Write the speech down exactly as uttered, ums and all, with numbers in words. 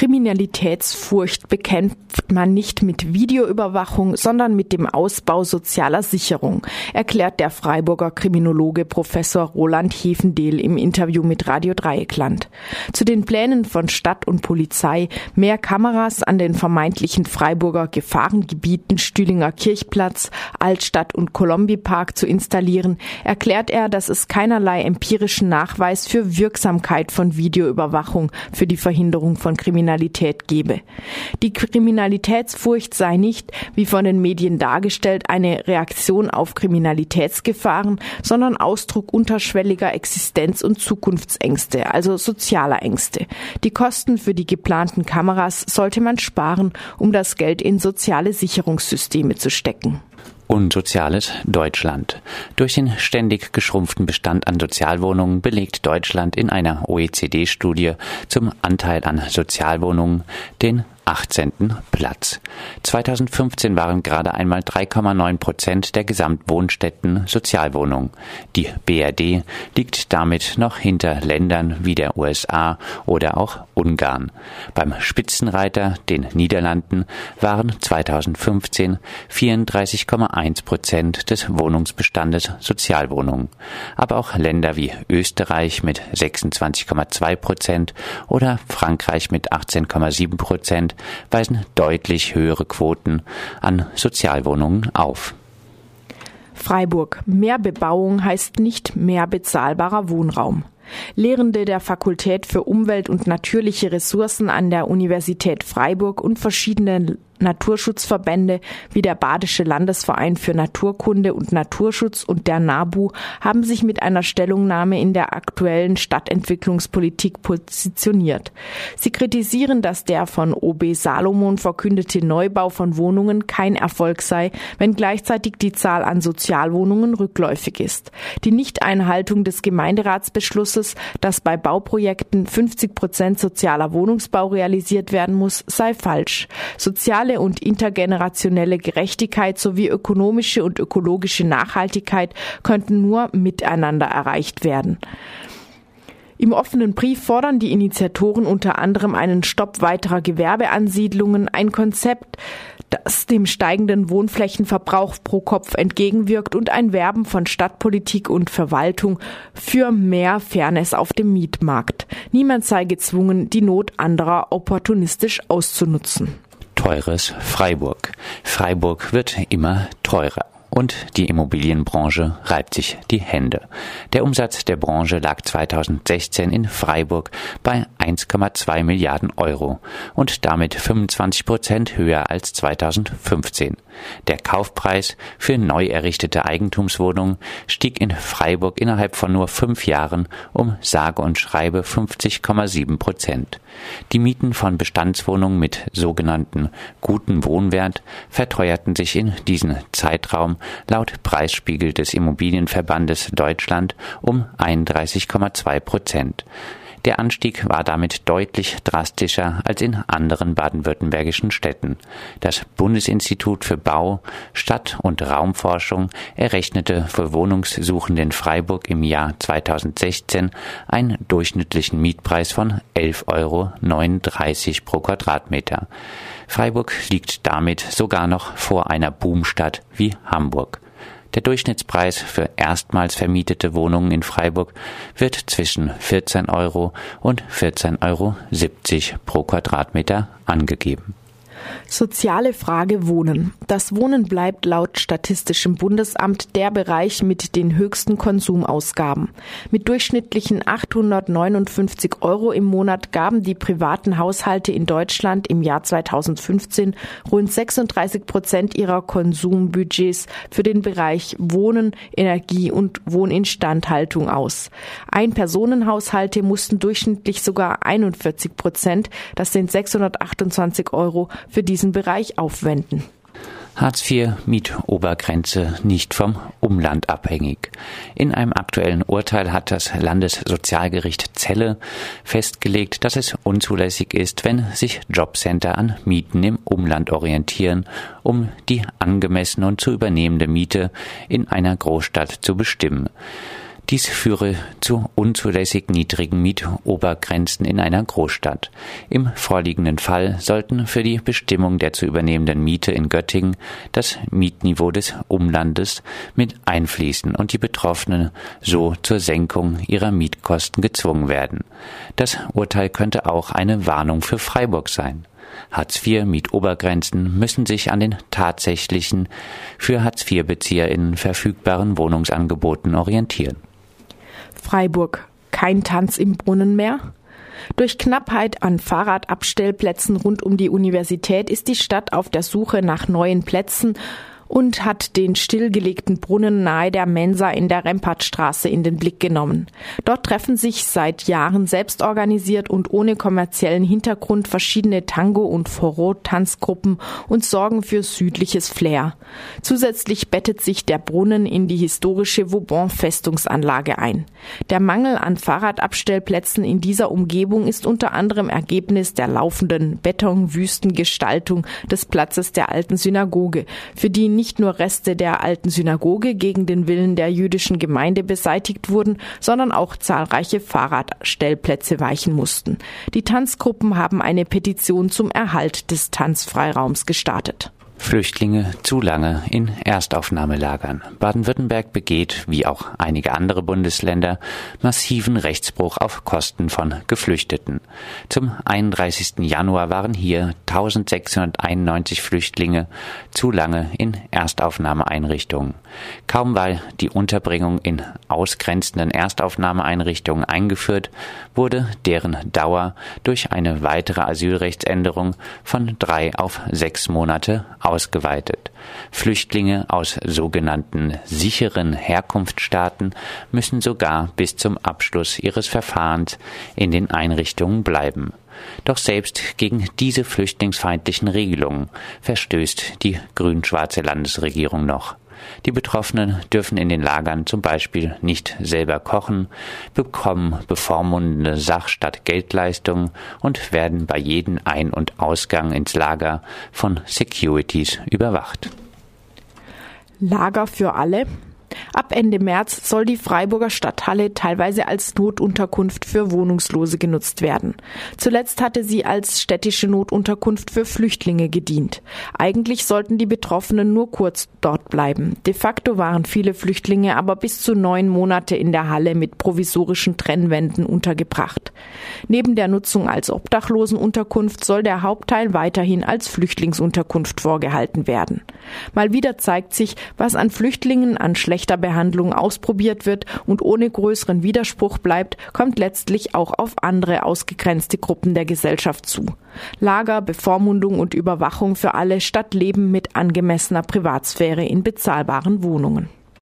Kriminalitätsfurcht bekämpft man nicht mit Videoüberwachung, sondern mit dem Ausbau sozialer Sicherung, erklärt der Freiburger Kriminologe Professor Roland Hefendehl im Interview mit Radio Dreieckland. Zu den Plänen von Stadt und Polizei, mehr Kameras an den vermeintlichen Freiburger Gefahrengebieten Stühlinger Kirchplatz, Altstadt und Kolombipark zu installieren, erklärt er, dass es keinerlei empirischen Nachweis für Wirksamkeit von Videoüberwachung für die Verhinderung von Kriminalität gebe. Die Kriminalitätsfurcht sei nicht, wie von den Medien dargestellt, eine Reaktion auf Kriminalitätsgefahren, sondern Ausdruck unterschwelliger Existenz- und Zukunftsängste, also sozialer Ängste. Die Kosten für die geplanten Kameras sollte man sparen, um das Geld in soziale Sicherungssysteme zu stecken. Unsoziales Deutschland. Durch den ständig geschrumpften Bestand an Sozialwohnungen belegt Deutschland in einer O E C D-Studie zum Anteil an Sozialwohnungen den achtzehnten Platz. zweitausendfünfzehn waren gerade einmal drei Komma neun Prozent der Gesamtwohnstätten Sozialwohnungen. Die B R D liegt damit noch hinter Ländern wie der U S A oder auch Ungarn. Beim Spitzenreiter, den Niederlanden, waren zweitausendfünfzehn vierunddreißig Komma eins Prozent des Wohnungsbestandes Sozialwohnungen. Aber auch Länder wie Österreich mit sechsundzwanzig Komma zwei Prozent oder Frankreich mit achtzehn Komma sieben Prozent weisen deutlich höhere Quoten an Sozialwohnungen auf. Freiburg. Mehr Bebauung heißt nicht mehr bezahlbarer Wohnraum. Lehrende der Fakultät für Umwelt und natürliche Ressourcen an der Universität Freiburg und verschiedene Naturschutzverbände wie der Badische Landesverein für Naturkunde und Naturschutz und der NABU haben sich mit einer Stellungnahme in der aktuellen Stadtentwicklungspolitik positioniert. Sie kritisieren, dass der von O B Salomon verkündete Neubau von Wohnungen kein Erfolg sei, wenn gleichzeitig die Zahl an Sozialwohnungen rückläufig ist. Die Nichteinhaltung des Gemeinderatsbeschlusses, dass bei Bauprojekten fünfzig Prozent sozialer Wohnungsbau realisiert werden muss, sei falsch. Soziale und intergenerationelle Gerechtigkeit sowie ökonomische und ökologische Nachhaltigkeit könnten nur miteinander erreicht werden. Im offenen Brief fordern die Initiatoren unter anderem einen Stopp weiterer Gewerbeansiedlungen, ein Konzept, das dem steigenden Wohnflächenverbrauch pro Kopf entgegenwirkt und ein Werben von Stadtpolitik und Verwaltung für mehr Fairness auf dem Mietmarkt. Niemand sei gezwungen, die Not anderer opportunistisch auszunutzen. Teures Freiburg. Freiburg wird immer teurer. Und die Immobilienbranche reibt sich die Hände. Der Umsatz der Branche lag zweitausendsechzehn in Freiburg bei eins Komma zwei Milliarden Euro und damit fünfundzwanzig Prozent höher als zweitausendfünfzehn. Der Kaufpreis für neu errichtete Eigentumswohnungen stieg in Freiburg innerhalb von nur fünf Jahren um sage und schreibe fünfzig Komma sieben Prozent. Die Mieten von Bestandswohnungen mit sogenannten guten Wohnwert verteuerten sich in diesem Zeitraum laut Preisspiegel des Immobilienverbandes Deutschland um einunddreißig Komma zwei Prozent. Der Anstieg war damit deutlich drastischer als in anderen baden-württembergischen Städten. Das Bundesinstitut für Bau, Stadt- und Raumforschung errechnete für Wohnungssuchende in Freiburg im Jahr zweitausendsechzehn einen durchschnittlichen Mietpreis von elf Komma neununddreißig Euro pro Quadratmeter. Freiburg liegt damit sogar noch vor einer Boomstadt wie Hamburg. Der Durchschnittspreis für erstmals vermietete Wohnungen in Freiburg wird zwischen vierzehn Euro und vierzehn Euro siebzig pro Quadratmeter angegeben. Soziale Frage Wohnen. Das Wohnen bleibt laut Statistischem Bundesamt der Bereich mit den höchsten Konsumausgaben. Mit durchschnittlichen achthundertneunundfünfzig Euro im Monat gaben die privaten Haushalte in Deutschland im Jahr zweitausendfünfzehn rund sechsunddreißig Prozent ihrer Konsumbudgets für den Bereich Wohnen, Energie und Wohninstandhaltung aus. Ein-Personen-Haushalte mussten durchschnittlich sogar einundvierzig Prozent, das sind sechshundertachtundzwanzig Euro, für diesen Bereich aufwenden. Hartz vier Mietobergrenze nicht vom Umland abhängig. In einem aktuellen Urteil hat das Landessozialgericht Celle festgelegt, dass es unzulässig ist, wenn sich Jobcenter an Mieten im Umland orientieren, um die angemessene und zu übernehmende Miete in einer Großstadt zu bestimmen. Dies führe zu unzulässig niedrigen Mietobergrenzen in einer Großstadt. Im vorliegenden Fall sollten für die Bestimmung der zu übernehmenden Miete in Göttingen das Mietniveau des Umlandes mit einfließen und die Betroffenen so zur Senkung ihrer Mietkosten gezwungen werden. Das Urteil könnte auch eine Warnung für Freiburg sein. Hartz vier Mietobergrenzen müssen sich an den tatsächlichen für Hartz vier BezieherInnen verfügbaren Wohnungsangeboten orientieren. Freiburg. Kein Tanz im Brunnen mehr? Durch Knappheit an Fahrradabstellplätzen rund um die Universität ist die Stadt auf der Suche nach neuen Plätzen und hat den stillgelegten Brunnen nahe der Mensa in der Rempartstraße in den Blick genommen. Dort treffen sich seit Jahren selbst organisiert und ohne kommerziellen Hintergrund verschiedene Tango- und Forró-Tanzgruppen und sorgen für südliches Flair. Zusätzlich bettet sich der Brunnen in die historische Vauban-Festungsanlage ein. Der Mangel an Fahrradabstellplätzen in dieser Umgebung ist unter anderem Ergebnis der laufenden Betonwüstengestaltung des Platzes der alten Synagoge, für die nicht nur Reste der alten Synagoge gegen den Willen der jüdischen Gemeinde beseitigt wurden, sondern auch zahlreiche Fahrradstellplätze weichen mussten. Die Tanzgruppen haben eine Petition zum Erhalt des Tanzfreiraums gestartet. Flüchtlinge zu lange in Erstaufnahmelagern. Baden-Württemberg begeht, wie auch einige andere Bundesländer, massiven Rechtsbruch auf Kosten von Geflüchteten. Zum einunddreißigsten Januar waren hier eintausendsechshunderteinundneunzig Flüchtlinge zu lange in Erstaufnahmeeinrichtungen. Kaum war die Unterbringung in ausgrenzenden Erstaufnahmeeinrichtungen eingeführt, wurde deren Dauer durch eine weitere Asylrechtsänderung von drei auf sechs Monate ausgeweitet. Flüchtlinge aus sogenannten sicheren Herkunftsstaaten müssen sogar bis zum Abschluss ihres Verfahrens in den Einrichtungen bleiben. Doch selbst gegen diese flüchtlingsfeindlichen Regelungen verstößt die grün-schwarze Landesregierung noch. Die Betroffenen dürfen in den Lagern zum Beispiel nicht selber kochen, bekommen bevormundende Sach- statt Geldleistungen und werden bei jedem Ein- und Ausgang ins Lager von Securities überwacht. Lager für alle? Ab Ende März soll die Freiburger Stadthalle teilweise als Notunterkunft für Wohnungslose genutzt werden. Zuletzt hatte sie als städtische Notunterkunft für Flüchtlinge gedient. Eigentlich sollten die Betroffenen nur kurz dort bleiben. De facto waren viele Flüchtlinge aber bis zu neun Monate in der Halle mit provisorischen Trennwänden untergebracht. Neben der Nutzung als Obdachlosenunterkunft soll der Hauptteil weiterhin als Flüchtlingsunterkunft vorgehalten werden. Mal wieder zeigt sich, was an Flüchtlingen an schlechter Behandlung ausprobiert wird und ohne größeren Widerspruch bleibt, kommt letztlich auch auf andere ausgegrenzte Gruppen der Gesellschaft zu. Lager, Bevormundung und Überwachung für alle statt Leben mit angemessener Privatsphäre in bezahlbaren Wohnungen.